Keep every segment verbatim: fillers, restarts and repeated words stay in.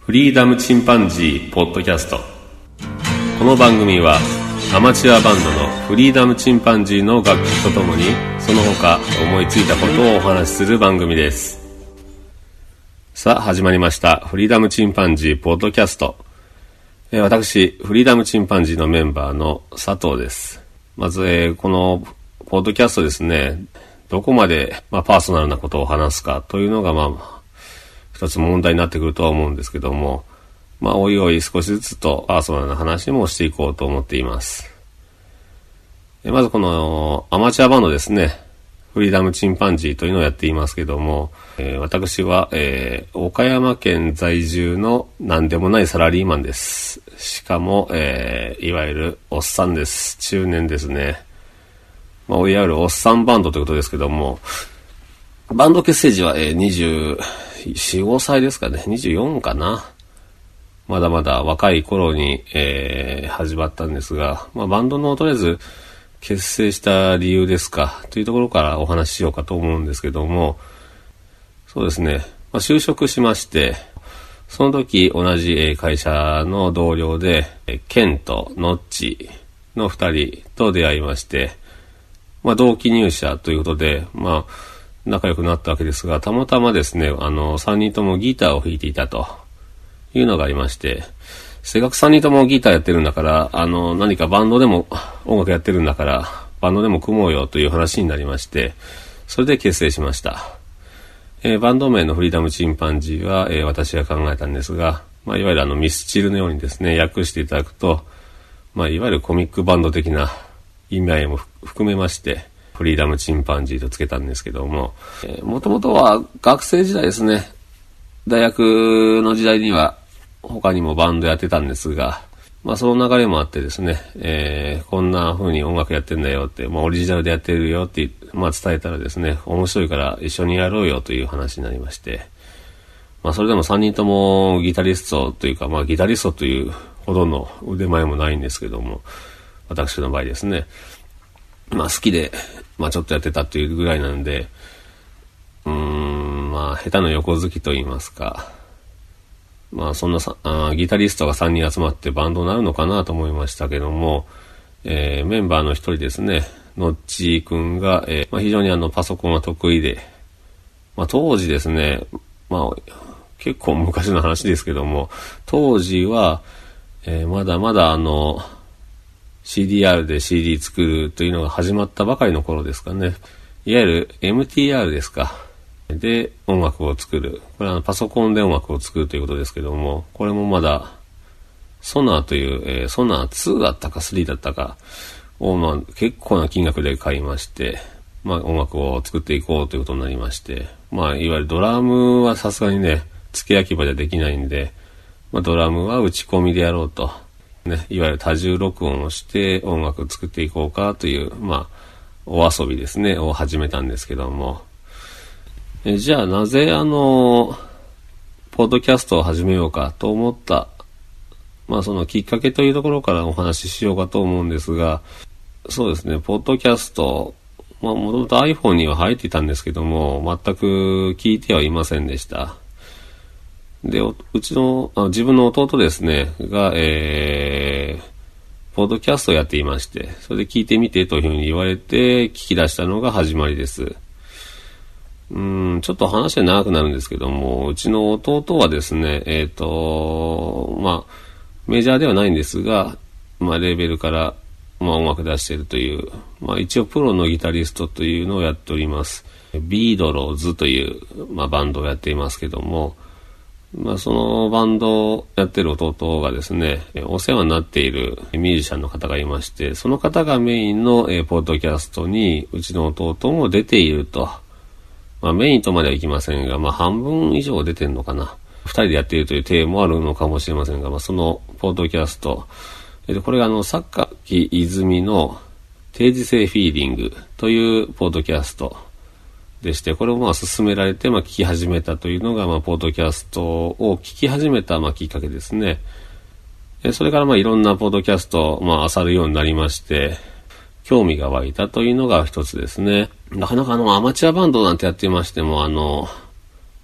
フリーダムチンパンジーポッドキャスト。この番組はアマチュアバンドのフリーダムチンパンジーの楽器とともにその他思いついたことをお話しする番組です。さあ始まりましたフリーダムチンパンジーポッドキャスト。えー、私フリーダムチンパンジーのメンバーの佐藤です。まず、えー、このポッドキャストですね、どこまで、まあ、パーソナルなことを話すかというのがまあ一つ問題になってくるとは思うんですけども、まあおいおい少しずつとパーソナルな話もしていこうと思っています。えまずこのアマチュアバンドですね、フリーダムチンパンジーというのをやっていますけども、えー、私は、えー、岡山県在住の何でもないサラリーマンです。しかも、えー、いわゆるおっさんです。中年ですね。まあいわゆるおっさんバンドということですけども、バンド結成時は、えー、にじゅうよん、ごさいですかね。にじゅうよんかな。まだまだ若い頃に、えー、始まったんですが、まあ、バンドのとりあえず結成した理由ですかというところからお話ししようかと思うんですけども、そうですね。まあ、就職しまして、その時同じ会社の同僚で、ケンとノッチの二人と出会いまして、まあ、同期入社ということで、まあ、仲良くなったわけですが、たまたまですね、あの、三人ともギターを弾いていたというのがありまして、せっかく三人ともギターやってるんだから、あの、何かバンドでも音楽やってるんだから、バンドでも組もうよという話になりまして、それで結成しました。えー、バンド名のフリーダムチンパンジーは、えー、私が考えたんですが、まあ、いわゆるあの、ミスチルのようにですね、訳していただくと、まあ、いわゆるコミックバンド的な意味合いも含めまして、フリーダムチンパンジーとつけたんですけども、えー、もともとは学生時代ですね、大学の時代には他にもバンドやってたんですが、まあその流れもあってですね、えー、こんな風に音楽やってんだよって、まあオリジナルでやってるよって、まあ伝えたらですね、面白いから一緒にやろうよという話になりまして、まあそれでもさんにんともギタリストというか、まあギタリストというほどの腕前もないんですけども、私の場合ですね、まあ好きで、まあちょっとやってたっていうぐらいなんで、うーん、まあ下手の横好きと言いますか、まあそんなさあギタリストがさんにん集まってバンドになるのかなと思いましたけども、えー、メンバーの一人ですね、のっちーくんが、えーまあ、非常にあのパソコンが得意で、まあ当時ですね、まあ結構昔の話ですけども、当時は、えー、まだまだあの、シーディーアール で シーディー 作るというのが始まったばかりの頃ですかね。いわゆる エムティーアール ですか。で、音楽を作る。これはパソコンで音楽を作るということですけども、これもまだ、ソナーという、えー、ソナーツーだったかスリーだったかを、まあ、結構な金額で買いまして、まあ、音楽を作っていこうということになりまして、まあ、いわゆるドラムはさすがにね、付け焼き場じゃできないんで、まあ、ドラムは打ち込みでやろうと。ね、いわゆる多重録音をして音楽を作っていこうかという、まあ、お遊びですね、を始めたんですけども。えじゃあなぜあの、ポッドキャストを始めようかと思った、まあそのきっかけというところからお話ししようかと思うんですが、そうですね、ポッドキャスト、まあもともと iPhone には入っていたんですけども、全く聞いてはいませんでした。で、うちのあ、自分の弟ですね、が、えー、ポッドキャストをやっていまして、それで聞いてみてというふうに言われて聞き出したのが始まりです。うーん、ちょっと話は長くなるんですけども、うちの弟はですね、えっと、まあ、メジャーではないんですが、まあ、レーベルから、まあ、音楽出しているという、まあ、一応プロのギタリストというのをやっております。ビードローズという、まあ、バンドをやっていますけども、まあそのバンドをやってる弟がですね、お世話になっているミュージシャンの方がいまして、その方がメインのえポッドキャストにうちの弟も出ていると。まあメインとまではいきませんが、まあ半分以上出てんのかな。二人でやっているという体もあるのかもしれませんが、まあそのポッドキャスト、えこれがあの、榊泉の定時性フィーリングというポッドキャストでして、これをまあ勧められてまあ聞き始めたというのがまあポッドキャストを聞き始めたまあきっかけですね。それからまあいろんなポッドキャストをまあ漁るようになりまして、興味が湧いたというのが一つですね。なかなかあのアマチュアバンドなんてやっていましても、あの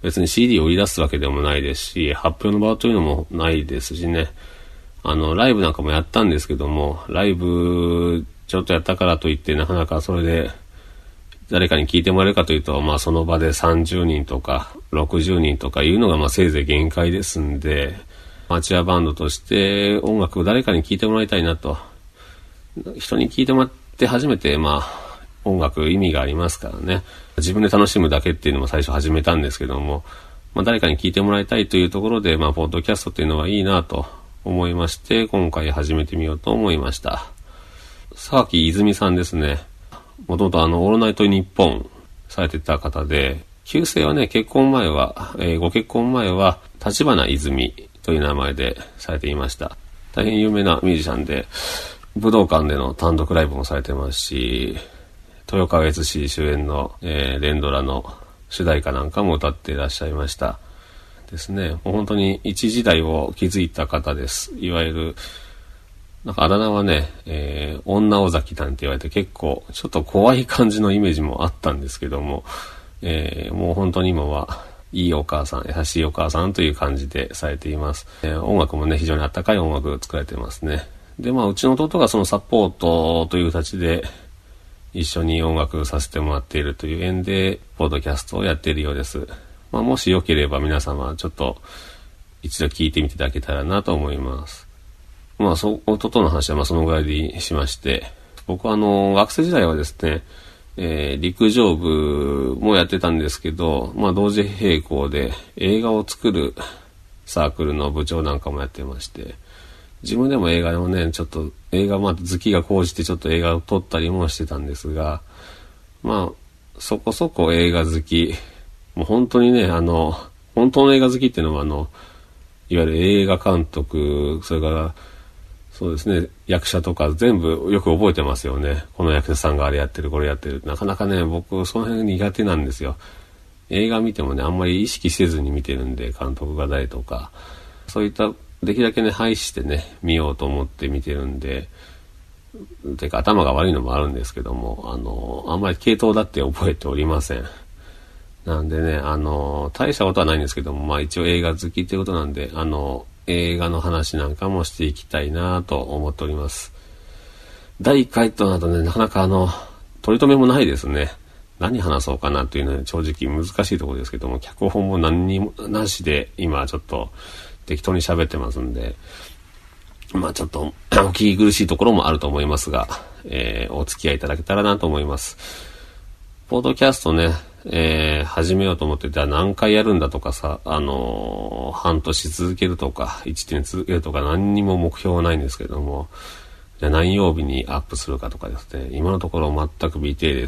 別に シーディー を売り出すわけでもないですし、発表の場というのもないですしね。あの、ライブなんかもやったんですけども、ライブちょっとやったからといってなかなかそれで誰かに聞いてもらえるかというと、まあその場でさんじゅうにんとかろくじゅうにんとかいうのがまあせいぜい限界ですんで、アマチュアバンドとして音楽を誰かに聞いてもらいたいなと。人に聞いてもらって初めてまあ音楽意味がありますからね。自分で楽しむだけっていうのも最初始めたんですけども、まあ誰かに聞いてもらいたいというところで、まあポッドキャストっていうのはいいなと思いまして、今回始めてみようと思いました。沢木泉さんですね。もともとあの、オールナイトニッポンされてた方で、旧姓はね、結婚前は、えー、ご結婚前は、立花泉という名前でされていました。大変有名なミュージシャンで、武道館での単独ライブもされてますし、豊川悦司主演の、えー、連ドラの主題歌なんかも歌っていらっしゃいましたですね。もう本当に一時代を築いた方です。いわゆるなんかあだ名はね、えー、女尾崎なんて言われて結構ちょっと怖い感じのイメージもあったんですけども、えー、もう本当に今はいいお母さん、優しいお母さんという感じでされています。えー、音楽もね非常にあったかい音楽を作られてますね。でまあうちの弟がそのサポートという形で一緒に音楽させてもらっているという縁でポッドキャストをやっているようです。まあもしよければ皆様ちょっと一度聞いてみていただけたらなと思います。まあ、そ、弟の話はまあそのぐらいでしまして、僕はあの、学生時代はですね、えー、陸上部もやってたんですけど、まあ同時並行で映画を作るサークルの部長なんかもやってまして、自分でも映画をね、ちょっと映画まあ好きが高じてちょっと映画を撮ったりもしてたんですが、まあ、そこそこ映画好き、もう本当にね、あの、本当の映画好きっていうのはあの、いわゆる映画監督、それから、そうですね、役者とか全部よく覚えてますよね。この役者さんがあれやってる、これやってる。なかなかね、僕その辺苦手なんですよ。映画見てもね、あんまり意識せずに見てるんで、監督が誰とか。そういった、できるだけね、廃してね、見ようと思って見てるんで、てか頭が悪いのもあるんですけども、あの、あんまり系統だって覚えておりません。なんでね、あの、大したことはないんですけども、まあ一応映画好きっていうことなんで、あの、映画の話なんかもしていきたいなと思っております。だいいっかいとなるとね、なかなかあの、取り留めもないですね。何話そうかなというのは正直難しいところですけども、脚本も何にもなしで今ちょっと適当に喋ってますんで、まあちょっとお聞き苦しいところもあると思いますが、えー、お付き合いいただけたらなと思います。ポッドキャストね、えー、始めようと思って、じゃあ何回やるんだとかさ、あのー、半年続けるとか、いちねん続けるとか何にも目標はないんですけども、じゃあ何曜日にアップするかとかですね、今のところ全く未定です。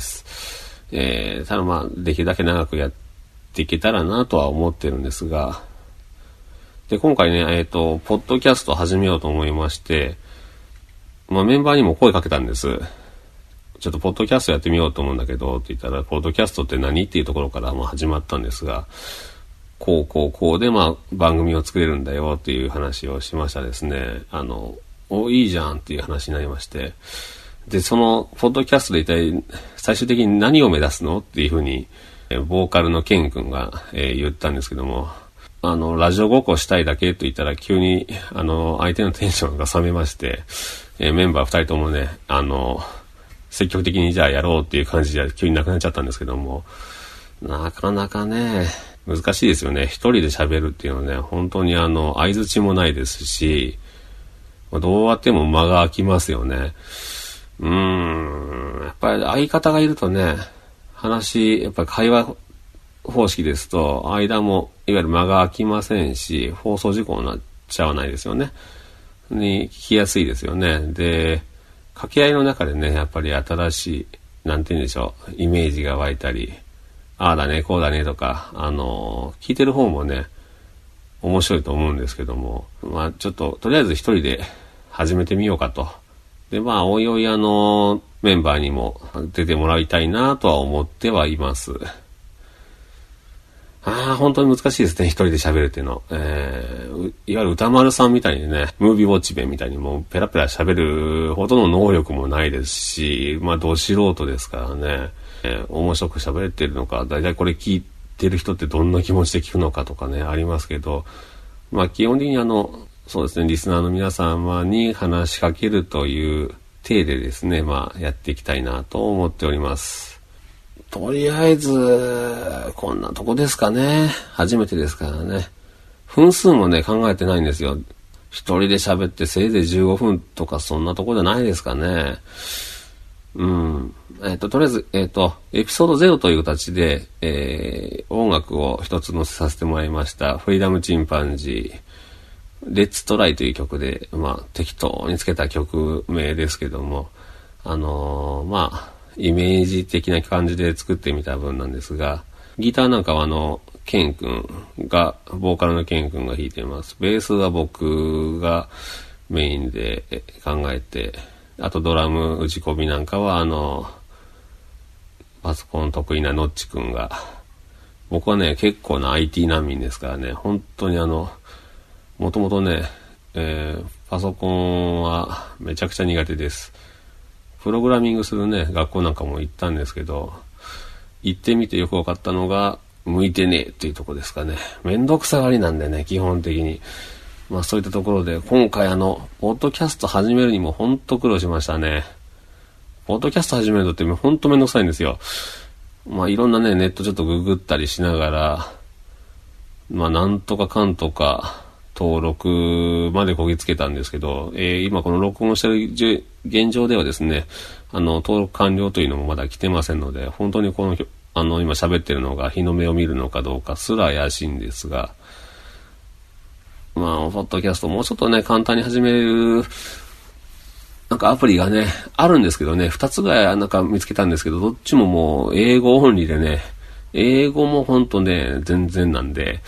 えー、ただまあ、できるだけ長くやっていけたらなとは思ってるんですが、で、今回ね、えっと、ポッドキャスト始めようと思いまして、まあメンバーにも声かけたんです。ちょっとポッドキャストやってみようと思うんだけど、って言ったら、ポッドキャストって何っていうところからまあ始まったんですが、こうこうこうでまあ番組を作れるんだよっていう話をしましたですね。あの、お、いいじゃんっていう話になりまして、で、その、ポッドキャストで一体最終的に何を目指すのっていうふうに、ボーカルのケン君が、えー、言ったんですけども、あの、ラジオごっこしたいだけと言ったら急に、あの、相手のテンションが冷めまして、えー、メンバー二人ともね、あの、積極的にじゃあやろうっていう感じで急になくなっちゃったんですけども、なかなかね、難しいですよね。一人で喋るっていうのはね、本当にあの、相槌もないですし、どうやっても間が空きますよね。うーん、やっぱり相方がいるとね、話、やっぱり会話方式ですと、間も、いわゆる間が空きませんし、放送事故になっちゃわないですよね。に、聞きやすいですよね。で、掛け合いの中でね、やっぱり新しい、なんて言うんでしょう、イメージが湧いたり、ああだね、こうだねとか、あの、聞いてる方もね、面白いと思うんですけども、まあちょっと、とりあえず一人で始めてみようかと。で、まあ、おいおいあの、メンバーにも出てもらいたいなとは思ってはいます。ああ、本当に難しいですね、一人で喋るっていうの。えー、いわゆる歌丸さんみたいにね、ムービーウォッチ弁みたいにもうペラペラ喋るほどの能力もないですし、まあ、ど素人ですからね、えー、面白く喋れてるのか、だいたいこれ聞いってる人ってどんな気持ちで聞くのかとかね、ありますけど、まあ基本的にあの、そうですね、リスナーの皆様に話しかけるという体でですね、まあやっていきたいなと思っております。とりあえず、こんなとこですかね。初めてですからね。分数もね、考えてないんですよ。一人で喋ってせいぜいじゅうごふんとかそんなとこじゃないですかね。うん。えっと、とりあえず、えっと、エピソードゼロという形で、えー、音楽を一つ載せさせてもらいました。フリーダムチンパンジー。レッツトライという曲で、まあ、適当につけた曲名ですけども、あのー、まあ、イメージ的な感じで作ってみた分なんですが、ギターなんかはあの、ケン君が、ボーカルのケン君が弾いています。ベースは僕がメインで考えて、あとドラム打ち込みなんかはあの、パソコン得意なノッチ君が、僕はね、結構な アイティー 難民ですからね、本当にあの、もともとね、えー、パソコンはめちゃくちゃ苦手です。プログラミングするね、学校なんかも行ったんですけど、行ってみてよく分かったのが、向いてねえっていうところですかね。めんどくさがりなんでね、基本的に。まあそういったところで、今回あの、ポッドキャスト始めるにもほんと苦労しましたね。ポッドキャスト始めるのってほんとめんどくさいんですよ。まあいろんなね、ネットちょっとググったりしながら、まあなんとかかんとか、登録までこぎつけたんですけど、えー、今この録音してる現状ではですね、あの、登録完了というのもまだ来てませんので、本当にこの、あの、今喋ってるのが日の目を見るのかどうかすら怪しいんですが、まあ、ポッドキャストもうちょっとね、簡単に始める、なんかアプリがね、あるんですけどね、二つぐらいなんか見つけたんですけど、どっちももう英語オンリーでね、英語もほんとね、全然なんで、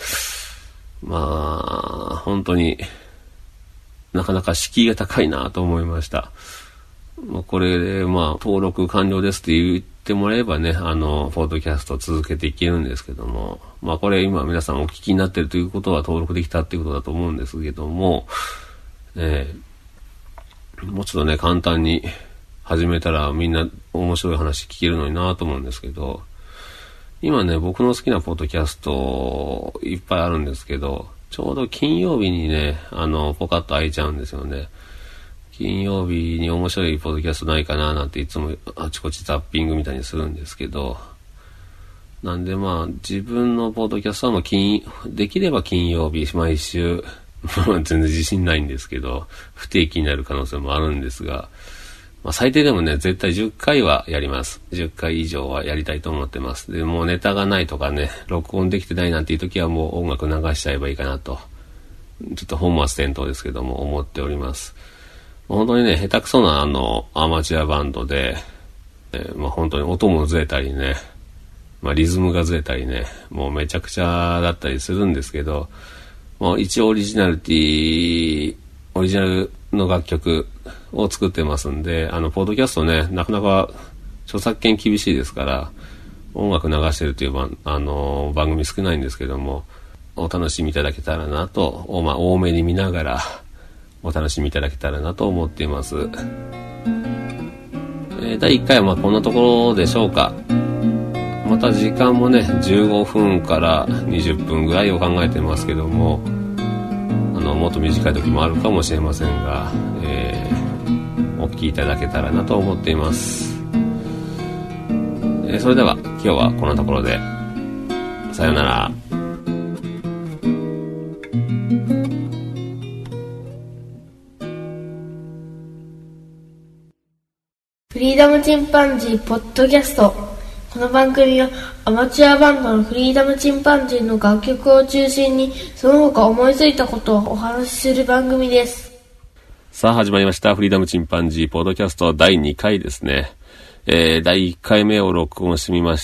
まあ、本当になかなか敷居が高いなと思いました。まあ、これで、まあ、登録完了ですって言ってもらえばね、あの、ポッドキャストを続けていけるんですけども、まあ、これ今皆さんお聞きになってるということは登録できたっていうことだと思うんですけども、えー、もうちょっとね、簡単に始めたらみんな面白い話聞けるのになと思うんですけど、今ね、僕の好きなポッドキャストいっぱいあるんですけど、ちょうど金曜日にね、あの、ポカッと開いちゃうんですよね。金曜日に面白いポッドキャストないかななんていつもあちこちザッピングみたいにするんですけど、なんでまあ、自分のポッドキャストはもう金、できれば金曜日、毎週、全然自信ないんですけど、不定期になる可能性もあるんですが、まあ、最低でもね、絶対じゅっかいはやります。じゅっかい以上はやりたいと思ってます。で、もうネタがないとかね、録音できてないなんていう時はもう音楽流しちゃえばいいかなと、ちょっと本末転倒ですけども思っております。本当にね、下手くそなあの、アマチュアバンドで、えー、まあ本当に音もずれたりね、まあリズムがずれたりね、もうめちゃくちゃだったりするんですけど、もう一応オリジナリティ、オリジナルの楽曲を作ってますんで、あの、ポッドキャストね、なかなか著作権厳しいですから、音楽流してるという番、あのー、番組少ないんですけども、お楽しみいただけたらなと、まあ、多めに見ながら、お楽しみいただけたらなと思っています。えー、だいいっかいはまあこんなところでしょうか。また時間もね、じゅうごふんからにじゅっぷんぐらいを考えてますけども、あのもっと短い時もあるかもしれませんが、えー、お聞きいただけたらなと思っています。えー、それでは今日はこんなところでさようなら。 フリーダムチンパンジーポッドキャスト。この番組はアマチュアバンドのフリーダムチンパンジーの楽曲を中心にその他思いついたことをお話しする番組です。 さあ始まりましたフリーダムチンパンジーポッドキャストだいにかいですね。えー、だいいっかいめを録音してみまして、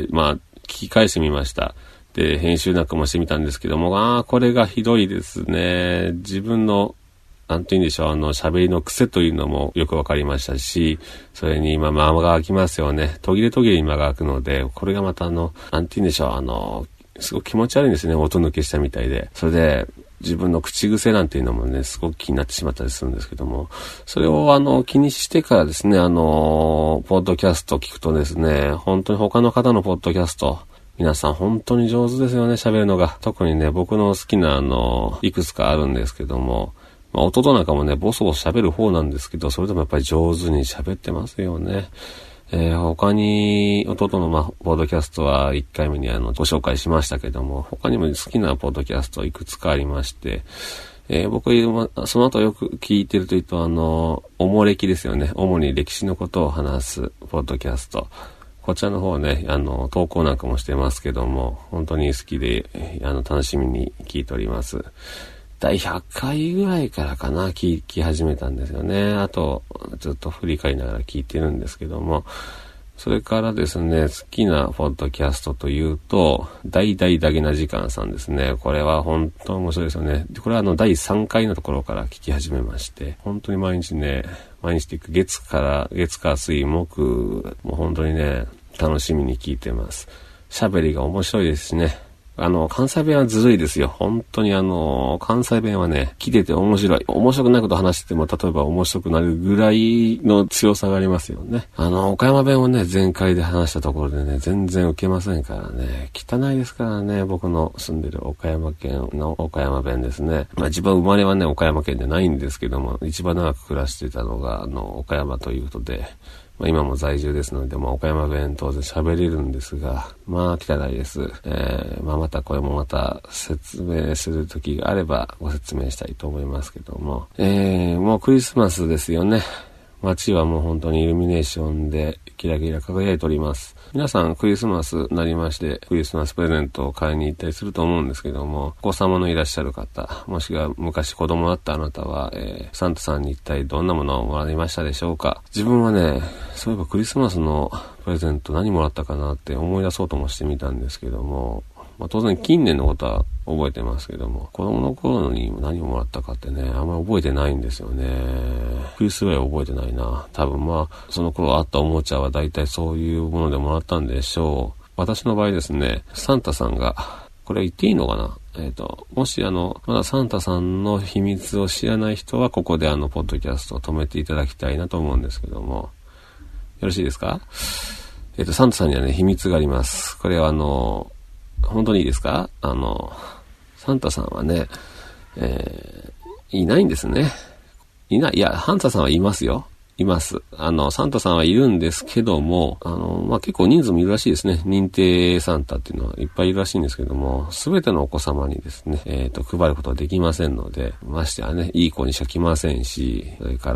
まあ聞き返してみました。で編集なんかもしてみたんですけども、ああこれがひどいですね。自分のなんて言うんでしょう、あの、喋りの癖というのもよくわかりましたし、それに今間が空きますよね。途切れ途切れに間が空くので、これがまたあの、なんて言うんでしょう、あの、すごく気持ち悪いんですね、音抜けしたみたいで。それで、自分の口癖なんていうのもね、すごく気になってしまったりするんですけども、それをあの、気にしてからですね、あの、ポッドキャスト聞くとですね、本当に他の方のポッドキャスト、 皆さん本当に上手ですよね、喋るのが。特にね、僕の好きなあの、いくつかあるんですけども、まあ、弟なんかもね、ボソボソ喋る方なんですけど、それでもやっぱり上手に喋ってますよね。えー、他に、弟の、まあ、ポッドキャストはいっかいめにあの、ご紹介しましたけども、他にも好きなポッドキャストいくつかありまして、えー、僕、その後よく聞いてるというと、あの、おもれきですよね。主に歴史のことを話すポッドキャスト。こちらの方ね、あの、投稿なんかもしてますけども、本当に好きで、あの、楽しみに聞いております。だいひゃっかいぐらいからかな、聞き始めたんですよね。あと、ずっと振り返りながら聞いてるんですけども、それからですね、好きなポッドキャストというと、大々だけな時間さんですね。これは本当面白いですよね。これはあの、だいさんかいのところから聞き始めまして、本当に毎日ね、毎日っていうか月から、月火水木、もう本当にね、楽しみに聞いてます。喋りが面白いですしね。あの、関西弁はずるいですよ。本当にあの、関西弁はね、聞いてて面白い。面白くないこと話してても、例えば面白くなるぐらいの強さがありますよね。あの、岡山弁をね、前回で話したところでね、全然受けませんからね。汚いですからね、僕の住んでる岡山県の岡山弁ですね。まあ自分は生まれはね、岡山県じゃないんですけども、一番長く暮らしていたのが、あの、岡山ということで、まあ、今も在住ですので、まあ、岡山弁当然喋れるんですが、まあ、汚いです。えー、まあ、またこれもまた説明する時があればご説明したいと思いますけども、えー、もうクリスマスですよね。街はもう本当にイルミネーションでキラキラ輝いております。皆さんクリスマスになりまして、クリスマスプレゼントを買いに行ったりすると思うんですけども、お子様のいらっしゃる方、もしくは昔子供だったあなたは、えー、サンタさんに一体どんなものをもらいましたでしょうか。自分はね、そういえばクリスマスのプレゼント何もらったかなって思い出そうともしてみたんですけども、まあ、当然近年のことは覚えてますけども、子供の頃に何をもらったかってね、あんまり覚えてないんですよね。クリスぐらい覚えてないな。多分まあ、その頃あったおもちゃは大体そういうものでもらったんでしょう。私の場合ですね、サンタさんが、これ言っていいのかな？えっと、もしあの、まだサンタさんの秘密を知らない人は、ここであの、ポッドキャストを止めていただきたいなと思うんですけども、よろしいですか？えっと、サンタさんにはね、秘密があります。これはあの、本当にいいですか？あの、サンタさんはね、えー、いないんですね。いない、いや、サンタさんはいますよ。います。あの、サンタさんはいるんですけども、あの、まあ、結構人数もいるらしいですね。認定サンタっていうのはいっぱいいるらしいんですけども、すべてのお子様にですね、えっと、配ることはできませんので、ましてはね、いい子にしか来ませんし、それから、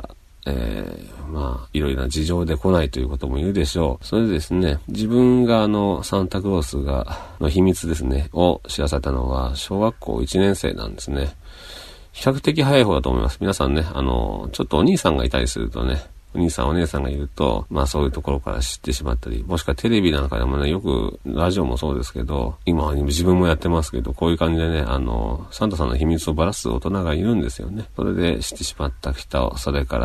えー、まあ、いろいろな事情で来ないということもいるでしょう。それでですね、自分があの、サンタクロースが、の秘密ですね、を知らされたのは、小学校いちねん生なんですね。比較的早い方だと思います。皆さんね、あの、ちょっとお兄さんがいたりするとね、お兄さんお姉さんがいると、まあそういうところから知ってしまったり、もしくはテレビなんかでもね、よく、ラジオもそうですけど、今は自分もやってますけど、こういう感じでね、あの、サンタさんの秘密をばらす大人がいるんですよね。それで知ってしまった人、それから、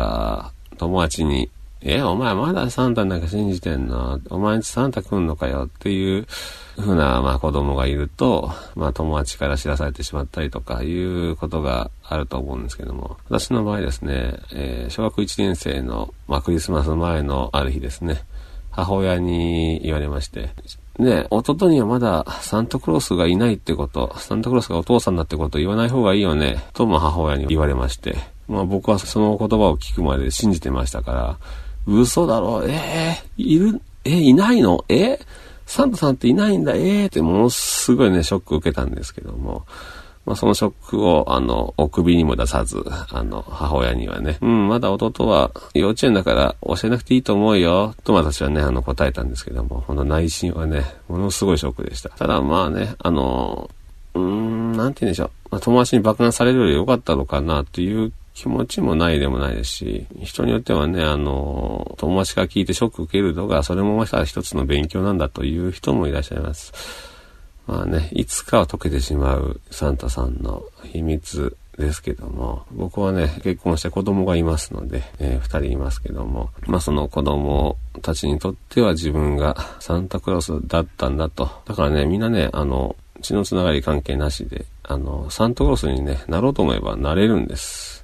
友達に、え、お前まだサンタなんか信じてんの？お前んちサンタ来んのかよっていうふうな、まあ子供がいると、まあ友達から知らされてしまったりとかいうことがあると思うんですけども、私の場合ですね、えー、小学いちねん生の、まあクリスマス前のある日ですね、母親に言われまして、ね、弟にはまだサンタクロースがいないってこと、サンタクロースがお父さんだってことを言わない方がいいよね、とも母親に言われまして、まあ僕はその言葉を聞くまで信じてましたから、嘘だろ、えー、いる、えー、いないのえー、サンタさんっていないんだ、えーってものすごいね、ショックを受けたんですけども、まあそのショックを、あの、お首にも出さず、あの、母親にはね、うん、まだ弟は幼稚園だから教えなくていいと思うよ、と私はね、あの、答えたんですけども、ほんと内心はね、ものすごいショックでした。ただまあね、あの、うーん、なんて言うんでしょう、まあ、友達に爆弾されるより良かったのかなっていう気持ちもないでもないですし、人によってはね、あの、友達から聞いてショック受けるのが、それもまた一つの勉強なんだという人もいらっしゃいます。まあね、いつかは解けてしまうサンタさんの秘密ですけども、僕はね、結婚して子供がいますので、えー、二人いますけども、まあその子供たちにとっては自分がサンタクロースだったんだと。だからね、みんなね、あの、血のつながり関係なしで、あの、サンタクロースにね、なろうと思えばなれるんです。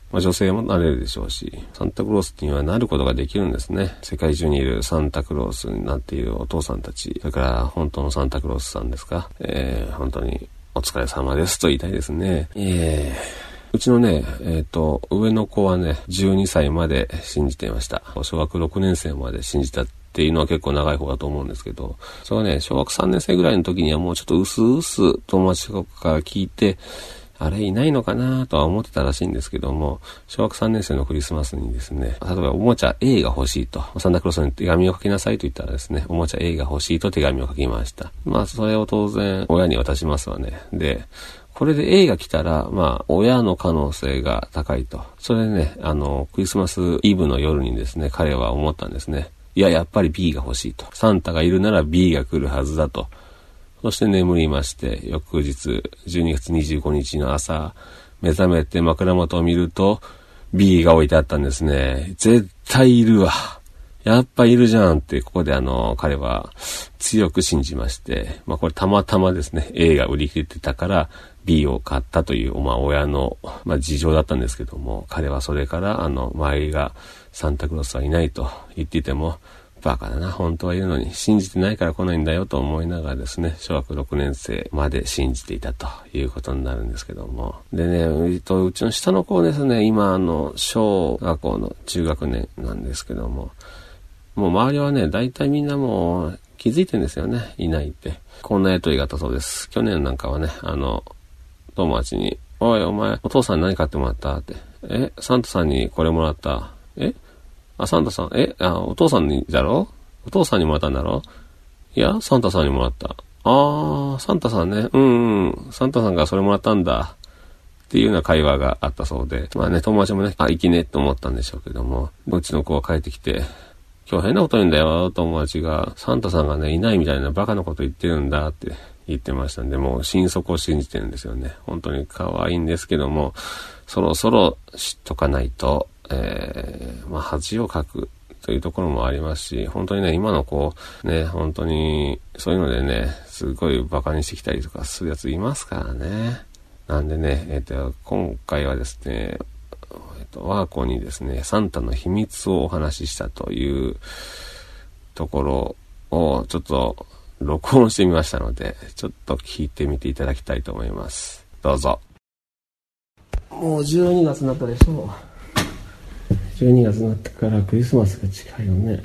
まあ、女性もなれるでしょうし、サンタクロースにはなることができるんですね。世界中にいるサンタクロースになっているお父さんたち、それから本当のサンタクロースさんですか、えー、本当にお疲れ様ですと言いたいですね。えー、うちのね、えっと、上の子はね、じゅうにさいまで信じていました。小学ろくねん生まで信じたっていうのは結構長い方だと思うんですけど、それはね、小学さんねん生ぐらいの時にはもうちょっとうすうす友達とかから聞いて、あれいないのかなとは思ってたらしいんですけども、小学さんねん生のクリスマスにですね、例えばおもちゃ A が欲しいと、サンタクロースに手紙を書きなさいと言ったらですね、おもちゃ A が欲しいと手紙を書きました。まあそれを当然親に渡しますわね。で、これで A が来たら、まあ親の可能性が高いと。それでね、あの、クリスマスイブの夜にですね、彼は思ったんですね。いや、やっぱり B が欲しいと。サンタがいるなら B が来るはずだと。そして眠りまして、翌日、じゅうにがつにじゅうごにちの朝、目覚めて枕元を見ると、B が置いてあったんですね。絶対いるわ。やっぱいるじゃんって、ここであの、彼は強く信じまして、まあこれたまたまですね、A が売り切れてたから B を買ったという、まあ親の、まあ事情だったんですけども、彼はそれからあの、周りがサンタクロースはいないと言っていても、バカだな、本当はいるのに信じてないから来ないんだよと思いながらですね、小学ろくねん生まで信じていたということになるんですけども。でね、うちの下の子ですね、今あの、小学校の中学年なんですけども、もう周りはね、大体みんなもう気づいてるんですよね、いないって。こんなやりとりがあったそうです。去年なんかはね、あの、友達に、おいお前、お父さんに何買ってもらったって。え、サンタさんにこれもらった。えあ、サンタさん、えあ、お父さんにだろお父さんにもらったんだろいや、サンタさんにもらった。あー、サンタさんね。うんうん。サンタさんがそれもらったんだ。っていうような会話があったそうで。まあね、友達もね、あ、いきねって思ったんでしょうけども、うちの子は帰ってきて、今日変なこと言うんだよ、友達が。サンタさんがね、いないみたいなバカなこと言ってるんだって言ってましたんで、もう心底を信じてるんですよね。本当に可愛いんですけども、そろそろ知っとかないと、えー、まあ恥をかくというところもありますし、本当にね、今の子ね、本当にそういうのでね、すごいバカにしてきたりとかするやついますからね。なんでね、えっと今回はですね、えっと我が子にですね、サンタの秘密をお話ししたというところをちょっと録音してみましたので、ちょっと聞いてみていただきたいと思います。どうぞ。もうじゅうにがつになったでしょう。じゅうにがつになってからクリスマスが近いよね、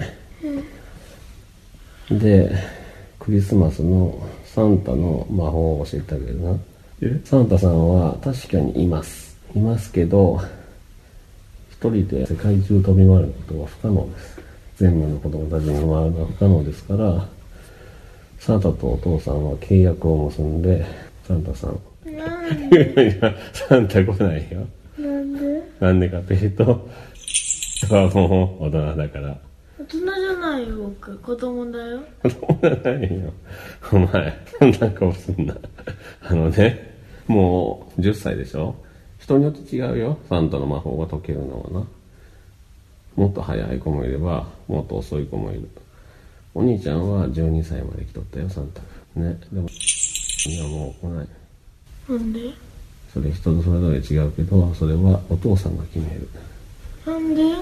うん、でクリスマスのサンタの魔法を教えてあげるな。えサンタさんは確かにいますいますけど、一人で世界中飛び回ることは不可能です。全部の子供たちに回るのは不可能ですから、サンタとお父さんは契約を結んで、サンタさんなんでいやサンタ来ないよ。なんでなんでかというともう大人だから。 大人じゃないよ、僕。子供だよ。 子供じゃないよ。お前、そんな顔すんな。あのね、もうじゅっさいでしょ。人によって違うよ。サンタの魔法が解けるのはな。もっと早い子もいれば、もっと遅い子もいる。お兄ちゃんはじゅうにさいまで来とったよ、サンタが。ね。でも、今もう来ない。 なんで？ それ人それぞれ違うけど、それはお父さんが決める。 なんで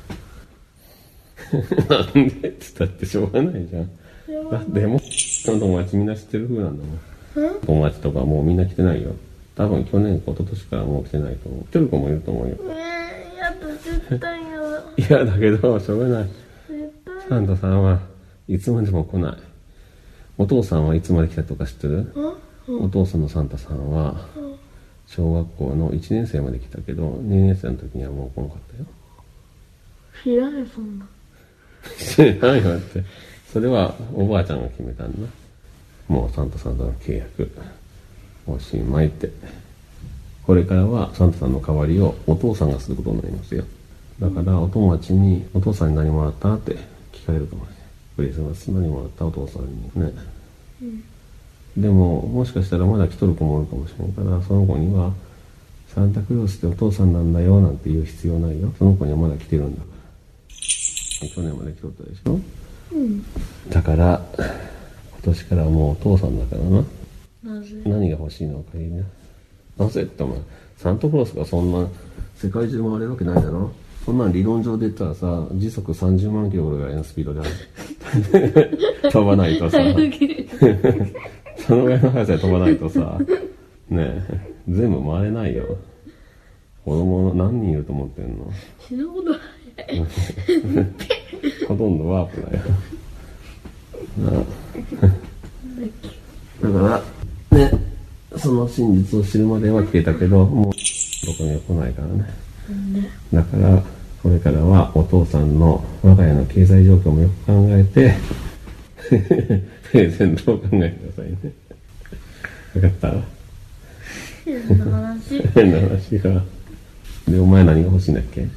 なんでって言ったってしょうがないじゃん。だってもう友達みんな知ってる風なんだもん。友達とかもうみんな来てないよ。多分去年一昨年からもう来てないと思う。来てる子もいると思うよ。 えー、やだ、絶対やだ。 嫌だけどしょうがない。絶対サンタさんはいつまでも来ない。お父さんはいつまで来たとか知ってる？うん、お父さんのサンタさんは小学校のいちねん生まで来たけど、にねん生の時にはもう来なかったよ。 知らないそんな。 知らないよって。それはおばあちゃんが決めたんだ。もうサンタさんとの契約おしまいって。これからはサンタさんの代わりをお父さんがすることになりますよ。だからお友達にお父さんに何もらったって聞かれるかもしれない。クリスマス何もらったお父さんにね、うん、でももしかしたらまだ来とる子もおるかもしれないから、その子にはサンタクロースってお父さんなんだよなんて言う必要ないよ。その子にはまだ来てるんだから。去年まで来とったでしょ、うん、だから今年からはもうお父さんだからな。なぜ？何が欲しいのかいいな。なぜってお前サンタクロースがそんな世界中回れるわけないだろ。そんなん理論上で言ったらさ、時速さんじゅうまんキロぐらいのスピードで飛ばないとさそのぐらいの速さで飛ばないとさねえ全部回れないよ。子供何人いると思ってんの。 死ぬほどほとんどワープだよだからね、その真実を知るまでは消えたけど、もうどこには来ないからね。だからこれからはお父さんの我が家の経済状況もよく考えてプレゼントを考えてくださいね。分かった？ 変な話変な話が。で、お前何が欲しいんだっけ？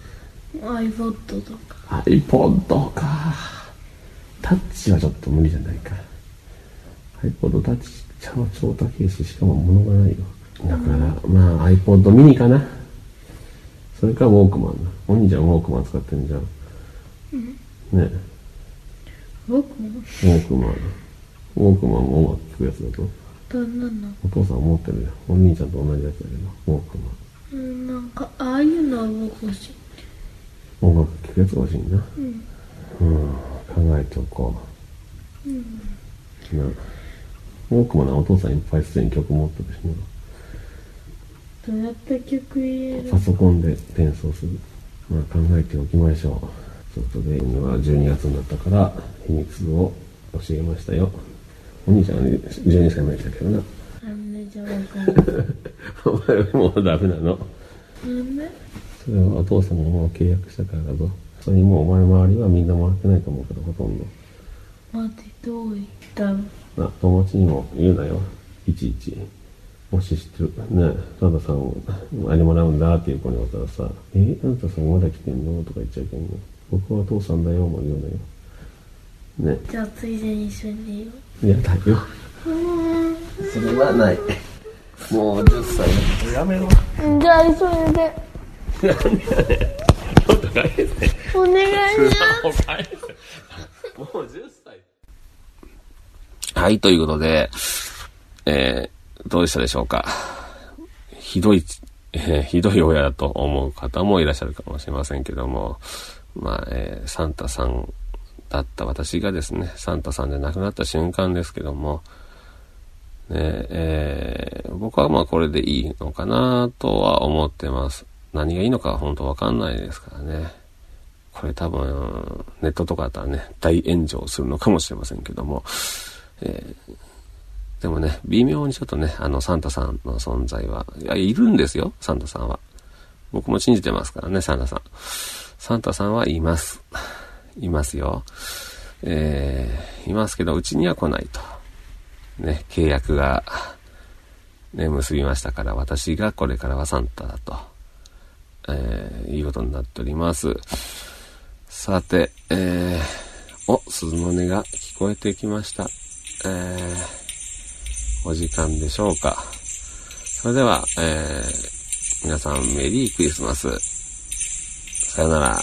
iPod とか iPod か。タッチはちょっと無理じゃないか。iPod タッチ超超高いし、しかも物がないよ。だから、うん、まあ iPod mini かな。それかウォークマンだ。お兄ちゃんウォークマン使ってんじゃん。うん、ねウォークマンウォークマン。ウォークマンも音楽聴くやつだと。 どんなの？ お父さん持ってるよ。お兄ちゃんと同じやつだけど、ウォークマン。 うん、なんかああいうのは欲しい。 音楽聴くやつが欲しいな。 うん。 うん、考えておこう。うん。な、ウォークマンはお父さんいっぱいすでに曲持ってるしな。 どうやって曲入れる？ パソコンで転送する。まあ考えておきましょう。ちょっとで今はじゅうにがつになったから秘密を教えましたよ。お兄ちゃんはじゅうにさいまで来たけどな。 なんでじゃ分かんないお前はもうダメなの。 なんで？ それはお父さんがもう契約したからだぞ。それにもうお前の周りはみんなもらってないと思うけど、ほとんど。 待って、どう言ったの？ あ、友達にも言うなよ。いちいち。もし知ってる、ね、サンタさんあれもらうんだっていう子におったらさ、え、サンタさんまだ来てんのとか言っちゃいけんの。僕は父さんだよも言うなよ。ね。 じゃあついでに一緒にいやだよ。それはない。もうじゅっさいやめろ。 じゃあ一緒にで。 なんでやねん。ちょっと返せ。 お願いします。 返せ。もうじゅっさい。はい、ということで、えー、どうでしたでしょうか。ひどい、えー、ひどい親だと思う方もいらっしゃるかもしれませんけども、まあ、えー、サンタさんだった私がですね、サンタさんで亡くなった瞬間ですけども、ねえー、僕はまあこれでいいのかなとは思ってます。何がいいのか本当わかんないですからね。これ多分ネットとかだったらね、大炎上するのかもしれませんけども、えー、でもね、微妙にちょっとね、あのサンタさんの存在は、いや、いるんですよ、サンタさんは。僕も信じてますからね、サンタさん。サンタさんはいます。いますよ。えー、いますけど、うちには来ないと。ね、契約が、ね、結びましたから、私がこれからはサンタだと、えー、いうことになっております。さて、えー、お、鈴の音が聞こえてきました。えー、お時間でしょうか。それでは、えー、皆さんメリークリスマス。さよなら。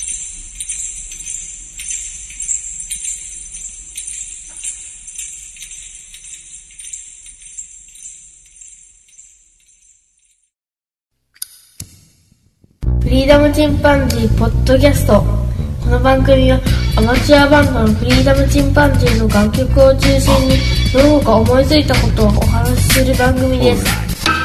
フリーダムチンパンジーポッドキャスト。この番組はアマチュアバンドのフリーダムチンパンジーの楽曲を中心にその他思いついたことをお話しする番組です。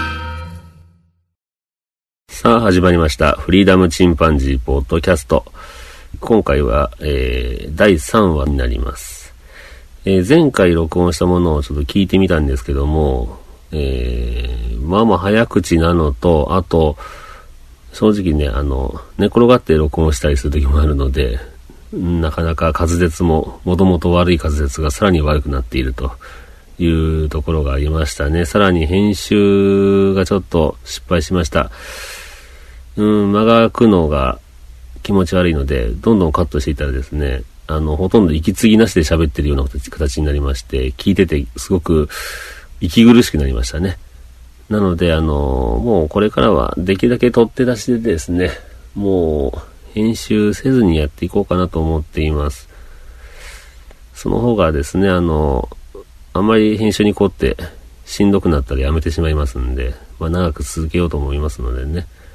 さあ始まりましたフリーダムチンパンジーポッドキャスト。今回は、えー、だいさんわになります、えー、前回録音したものをちょっと聞いてみたんですけども、えー、まあまあ早口なのと、あと正直ね、あの、寝転がって録音したりする時もあるので、なかなか滑舌も、もともと悪い滑舌がさらに悪くなっているというところがありましたね。さらに編集がちょっと失敗しました。うん、間が空くのが気持ち悪いので、どんどんカットしていったらですね、あの、ほとんど息継ぎなしで喋ってるような形になりまして、聞いててすごく息苦しくなりましたね。なので、あの、もうこれからはできるだけ取って出しでですね、もう編集せずにやっていこうかなと思っています。その方がですね、あの、あんまり編集に凝ってしんどくなったらやめてしまいますんで、まあ長く続けようと思いますのでね、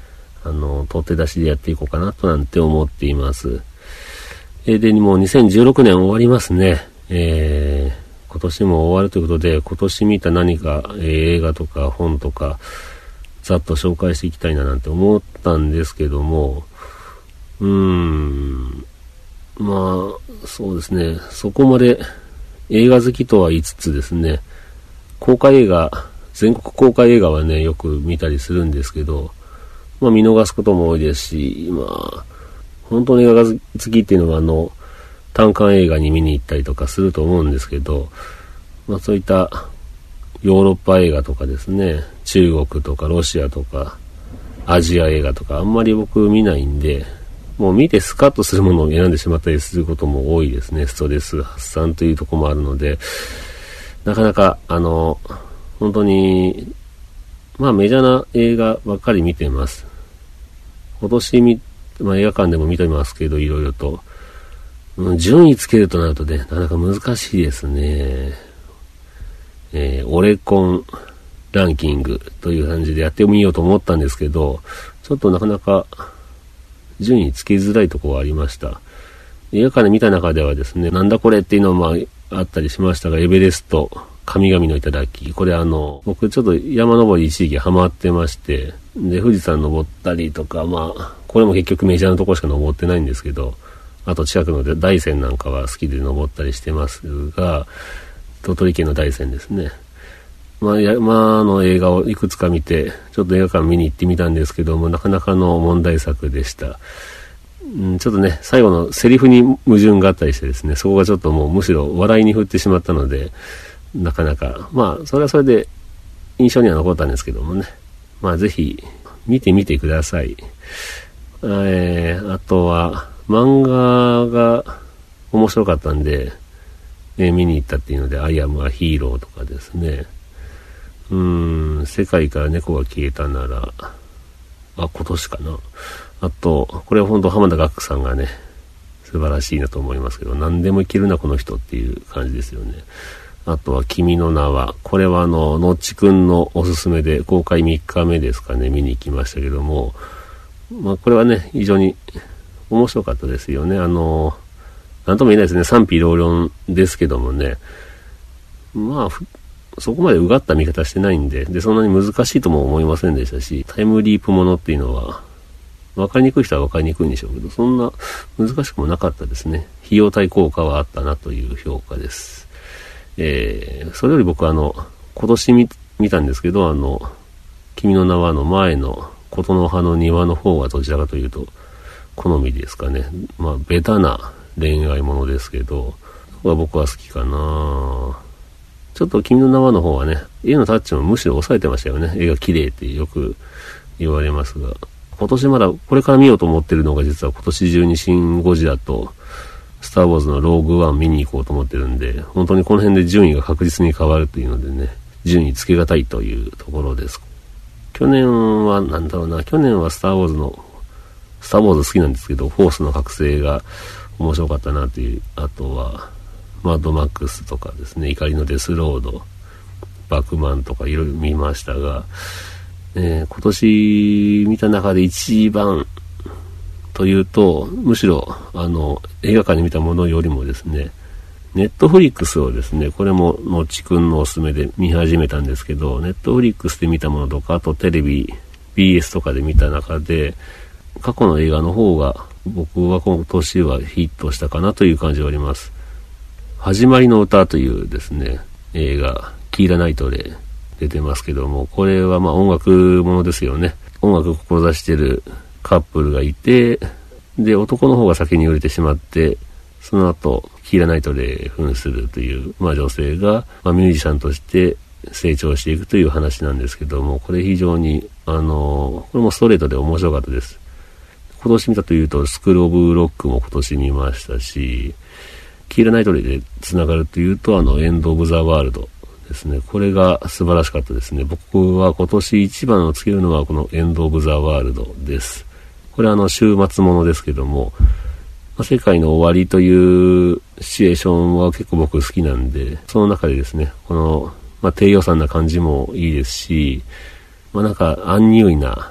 あの、取って出しでやっていこうかなとなんて思っています。えー、で、もうにせんじゅうろくねん終わりますね。えー、今年も終わるということで、今年見た何か、えー、映画とか本とか、ざっと紹介していきたいななんて思ったんですけども、うーん、まあ、そうですね、そこまで映画好きとは言いつつですね、公開映画、全国公開映画はね、よく見たりするんですけど、まあ見逃すことも多いですし、まあ、本当に映画好きっていうのはあの、単館映画に見に行ったりとかすると思うんですけど、まあそういったヨーロッパ映画とかですね、中国とかロシアとかアジア映画とかあんまり僕見ないんで、もう見てスカッとするものを選んでしまったりすることも多いですね。ストレス発散というところもあるので、なかなかあの本当にまあメジャーな映画ばっかり見てます。今年み、まあ、映画館でも見てますけど、いろいろと、うん、順位つけるとなるとね、なかなか難しいですね。えー、オレコンランキングという感じでやってみようと思ったんですけど、ちょっとなかなか順位つけづらいところはありました。映画館で見た中ではですね、なんだこれっていうのもあったりしましたが、エベレスト神々の頂、これあの僕ちょっと山登り一時期ハマってまして、で富士山登ったりとか、まあこれも結局メジャーなところしか登ってないんですけど、あと近くの大山なんかは好きで登ったりしてますが、鳥取県の大山ですね。まあ、やまあ、あの映画をいくつか見て、ちょっと映画館見に行ってみたんですけども、なかなかの問題作でした。うん、ちょっとね、最後のセリフに矛盾があったりしてですね、そこがちょっともうむしろ笑いに振ってしまったので、なかなか、まあ、それはそれで印象には残ったんですけどもね。まあ、ぜひ見てみてください。えー、あとは、漫画が面白かったんで、えー、見に行ったっていうので、アイアムアヒーローとかですね。うーん、世界から猫が消えたなら、あ、今年かな。あと、これは本当浜田岳さんがね、素晴らしいなと思いますけど、何でもいけるなこの人っていう感じですよね。あとは君の名は、これはあの、のっちくんのおすすめで、公開みっかめですかね、見に行きましたけども、まあこれはね、非常に面白かったですよね。あの、なんとも言えないですね、賛否両論ですけどもね、まあ、そこまでうがった見方してないんで、で、そんなに難しいとも思いませんでしたし、タイムリープものっていうのは、分かりにくい人は分かりにくいんでしょうけど、そんな難しくもなかったですね。費用対効果はあったなという評価です。えー、それより僕はあの、今年 見, 見たんですけど、あの、君の名はの前の琴の葉の庭の方がどちらかというと、好みですかね。まあ、ベタな恋愛ものですけど、ここは僕は好きかな。ちょっと君の名はの方はね、絵のタッチもむしろ抑えてましたよね。絵が綺麗ってよく言われますが、今年まだこれから見ようと思ってるのが実は今年中にシン・ゴジラとスター・ウォーズのローグ・ワン見に行こうと思ってるんで、本当にこの辺で順位が確実に変わるというのでね、順位つけがたいというところです。去年はなんだろうな、去年はスター・ウォーズのスター・ウォーズ好きなんですけど、フォースの覚醒が面白かったなという、あとはマッドマックスとかですね、怒りのデスロード、バクマンとかいろいろ見ましたが、えー、今年見た中で一番というと、むしろあの映画館で見たものよりもですね、ネットフリックスをですね、これものっちくんのおすすめで見始めたんですけど、ネットフリックスで見たものとか、あとテレビ ビーエス とかで見た中で、過去の映画の方が僕は今年はヒットしたかなという感じがあります。始まりの歌というですね、映画、キーラ・ナイトレー出てますけども、これはまあ音楽ものですよね。音楽を志してるカップルがいて、で、男の方が先に売れてしまって、その後、キーラ・ナイトレー扮するという、まあ女性が、まあ、ミュージシャンとして成長していくという話なんですけども、これ非常に、あの、これもストレートで面白かったです。今年見たというと、スクール・オブ・ロックも今年見ましたし、キーラ・ナイトレーでつながるというと、あの、エンド・オブ・ザ・ワールドですね。これが素晴らしかったですね。僕は今年一番をつけるのはこのエンド・オブ・ザ・ワールドです。これはあの、週末ものですけども、まあ、世界の終わりというシチュエーションは結構僕好きなんで、その中でですね、この、まあ、低予算な感じもいいですし、まあ、なんか、アンニュイな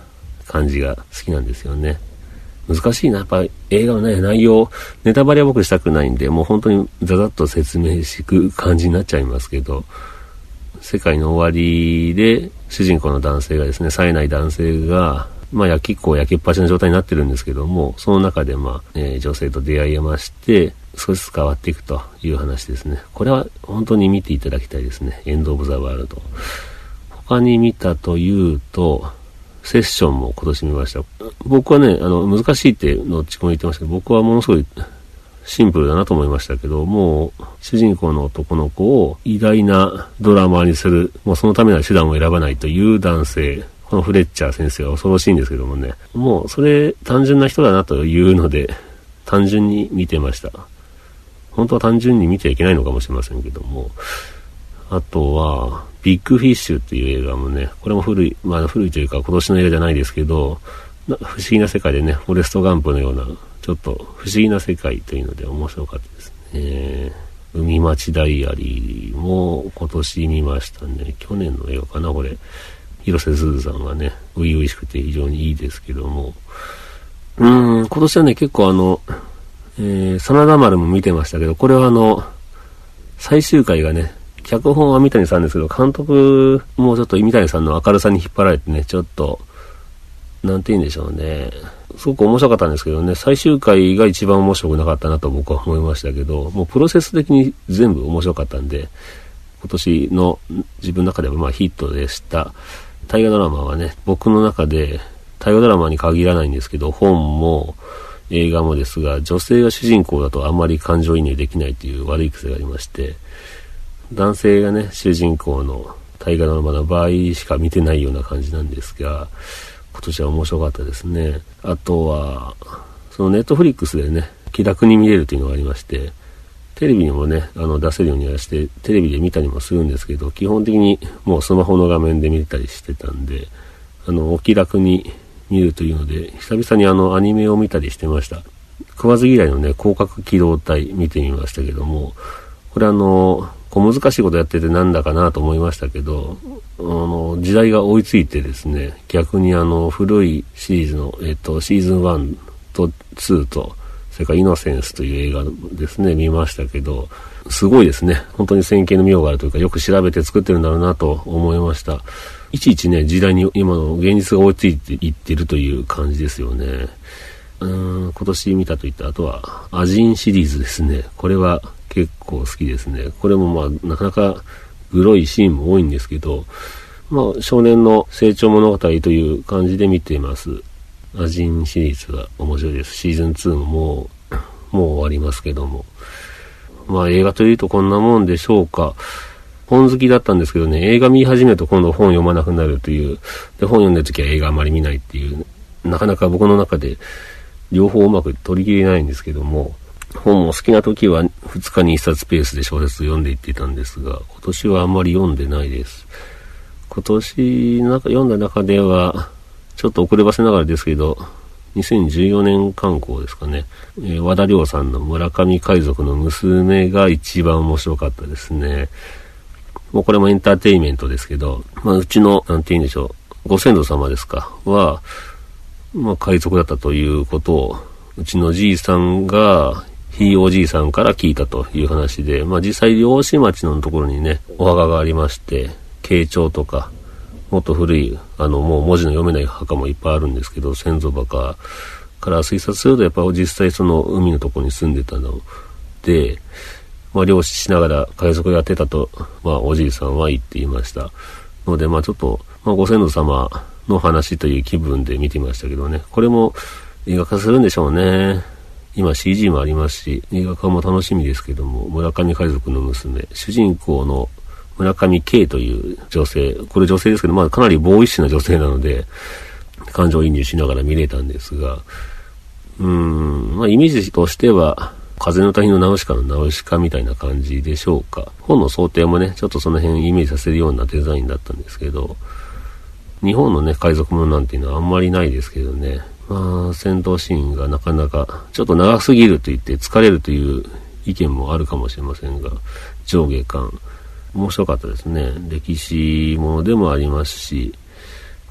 感じが好きなんですよね。難しいな、やっぱ映画のね、内容、ネタバレは僕したくないんで、もう本当にざざっと説明していく感じになっちゃいますけど、世界の終わりで主人公の男性がですね、冴えない男性が、まあ焼きっこ焼きっぱちの状態になってるんですけども、その中でまあ、えー、女性と出会いまして、少しずつ変わっていくという話ですね。これは本当に見ていただきたいですね。エンド・オブ・ザ・ワールド。他に見たというと、セッションも今年見ました。僕はね、あの、難しいってのっちこも言ってましたけど、僕はものすごいシンプルだなと思いましたけど、もう、主人公の男の子を偉大なドラマーにする、もうそのための手段を選ばないという男性、このフレッチャー先生は恐ろしいんですけどもね、もうそれ単純な人だなというので、単純に見てました。本当は単純に見てはいけないのかもしれませんけども、あとは、ビッグフィッシュっていう映画もね、これも古い、まあ古いというか今年の映画じゃないですけど、不思議な世界でね、フォレストガンプのような、ちょっと不思議な世界というので面白かったですね。海町ダイアリーも今年見ましたね。去年の映画かな、これ。広瀬すずさんがね、初々しくて非常にいいですけども。うーん、今年はね、結構あの、えー、真田丸も見てましたけど、これはあの、最終回がね、脚本は三谷さんですけど、監督もちょっと三谷さんの明るさに引っ張られてね、ちょっと、なんて言うんでしょうね。すごく面白かったんですけどね、最終回が一番面白くなかったなと僕は思いましたけど、もうプロセス的に全部面白かったんで、今年の自分の中ではまあヒットでした。大河ドラマはね、僕の中で、大河ドラマに限らないんですけど、本も映画もですが、女性が主人公だとあんまり感情移入できないという悪い癖がありまして、男性がね、主人公の大河ドラマの場合しか見てないような感じなんですが、今年は面白かったですね。あとは、そのネットフリックスでね、気楽に見れるというのがありまして、テレビにもね、あの出せるようにはして、テレビで見たりもするんですけど、基本的にもうスマホの画面で見たりしてたんで、あの、お気楽に見るというので、久々にあの、アニメを見たりしてました。食わず嫌いのね、広角機動隊見てみましたけども、これあの、こう難しいことやっててなんだかなと思いましたけど、あの時代が追いついてですね、逆にあの古いシリーズの、えっと、シーズンワンとツーと、それからイノセンスという映画ですね、見ましたけど、すごいですね。本当に先見の妙があるというか、よく調べて作ってるんだろうなと思いました。いちいちね、時代に今の現実が追いついていってるという感じですよね。うーん、今年見たといったあとは、アジンシリーズですね。これは結構好きですね。これもまあなかなかグロいシーンも多いんですけど、まあ少年の成長物語という感じで見ています。アジンシリーズは面白いです。シーズンツーももうもう終わりますけども、まあ映画というとこんなもんでしょうか。本好きだったんですけどね、映画見始めると今度本読まなくなるという、で本読んでるときは映画あまり見ないっていう、なかなか僕の中で両方うまく取り切れないんですけども、本も好きな時はふつかにいっさつペースで小説読んでいっていたんですが、今年はあんまり読んでないです。今年なんか読んだ中ではちょっと遅ればせながらですけど、にせんじゅうよねん刊行ですかね、えー、和田亮さんの村上海賊の娘が一番面白かったですね。もうこれもエンターテインメントですけど、まあうちのなんて言うんでしょう、ご先祖様ですかは、まあ海賊だったということをうちのじいさんがひいおじいさんから聞いたという話で、まあ実際漁師町のところにね、お墓がありまして、慶長とか、もっと古い、あの、もう文字の読めない墓もいっぱいあるんですけど、先祖墓から推察すると、やっぱ実際その海のところに住んでたので、まあ漁師しながら海賊やってたと、まあおじいさんは言っていました。ので、まあちょっと、まあご先祖様の話という気分で見てましたけどね、これも映画化するんでしょうね。今 シージー もありますし、映画化も楽しみですけども、村上海賊の娘、主人公の村上圭という女性、これ女性ですけど、まあかなりボーイッシュな女性なので、感情移入しながら見れたんですが、うーん、まあイメージとしては、風の谷のナウシカのナウシカみたいな感じでしょうか。本の想定もね、ちょっとその辺イメージさせるようなデザインだったんですけど、日本のね、海賊ものなんていうのはあんまりないですけどね、まあ、戦闘シーンがなかなかちょっと長すぎると言って疲れるという意見もあるかもしれませんが、上下巻面白かったですね。歴史ものでもありますし、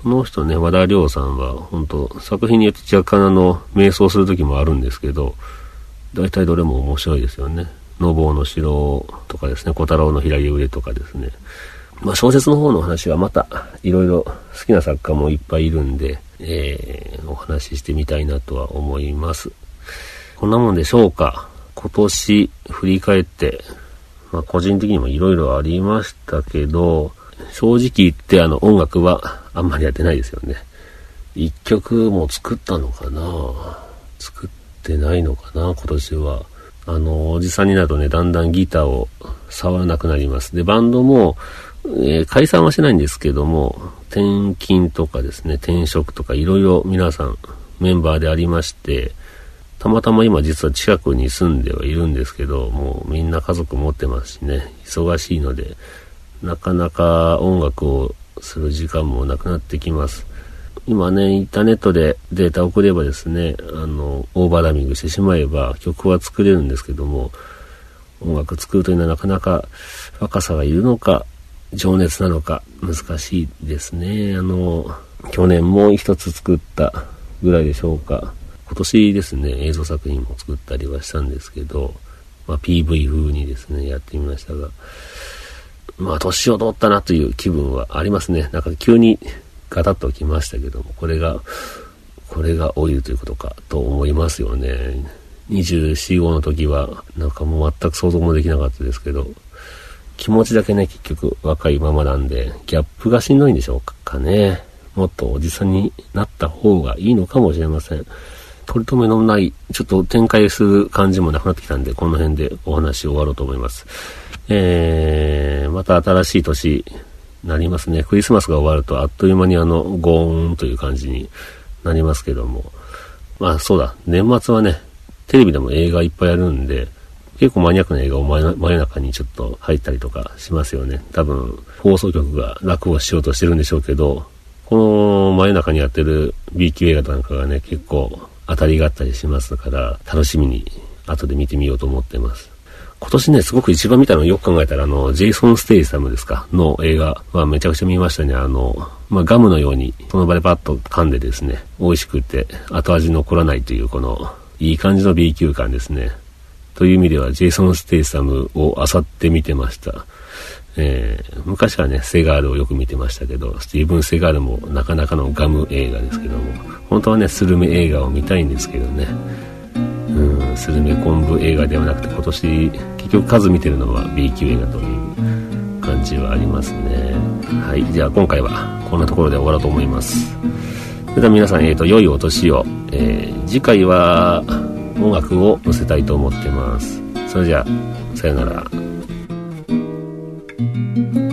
この人ね、和田亮さんは本当作品によって若干あの迷走する時もあるんですけど、大体どれも面白いですよね。のぼうの城とかですね、小太郎の左腕とかですね。まあ小説の方の話はまたいろいろ好きな作家もいっぱいいるんで、えー、お話ししてみたいなとは思います。こんなもんでしょうか。今年振り返って、まあ個人的にもいろいろありましたけど、正直言ってあの音楽はあんまりやってないですよね。一曲も作ったのかな、作ってないのかな今年は。あのおじさんになるとね、だんだんギターを触らなくなります。でバンドも、えー、解散はしないんですけども、転勤とかですね、転職とかいろいろ皆さんメンバーでありまして、たまたま今実は近くに住んではいるんですけど、もうみんな家族持ってますしね、忙しいのでなかなか音楽をする時間もなくなってきます。今ね、インターネットでデータを送ればですね、あのオーバーラミングしてしまえば曲は作れるんですけども、音楽作るというのはなかなか若さがいるのか情熱なのか難しいですね。あの去年も一つ作ったぐらいでしょうか。今年ですね、映像作品も作ったりはしたんですけど、まあ、ピーブイ 風にですねやってみましたが、まあ年を取ったなという気分はありますね。なんか急にガタッときましたけども、これがこれが老いるということかと思いますよね。にじゅうよん、ごの時はなんかもう全く想像もできなかったですけど、気持ちだけね結局若いままなんで、ギャップがしんどいんでしょうかね。もっとおじさんになった方がいいのかもしれません。取り留めのないちょっと展開する感じもなくなってきたんで、この辺でお話終わろうと思います。えー、また新しい年なりますね。クリスマスが終わるとあっという間にあのゴーンという感じになりますけども、まあそうだ、年末はねテレビでも映画いっぱいやるんで、結構マニアックな映画を真夜中にちょっと入ったりとかしますよね。多分放送局が楽をしようとしてるんでしょうけど、この真夜中にやってる B 級映画なんかがね結構当たりがあったりしますから、楽しみに後で見てみようと思ってます。今年ねすごく一番見たのをよく考えたら、あのジェイソン・ステイサムですかの映画はめちゃくちゃ見ましたね。あの、まあ、ガムのようにその場でパッと噛んでですね、美味しくて後味残らないというこのいい感じの B 級感ですね。という意味ではジェイソン・ステイサムを漁って見てました。えー、昔はねセガールをよく見てましたけど、スティーブン・セガールもなかなかのガム映画ですけども、本当はねスルメ映画を見たいんですけどね、うん、スルメ昆布映画ではなくて、今年結局数見てるのは B 級映画という感じはありますね。はい、じゃあ今回はこんなところで終わろうと思います。それでは皆さん、えーと良いお年を、えー、次回は音楽を載せたいと思ってます。それじゃあさよなら。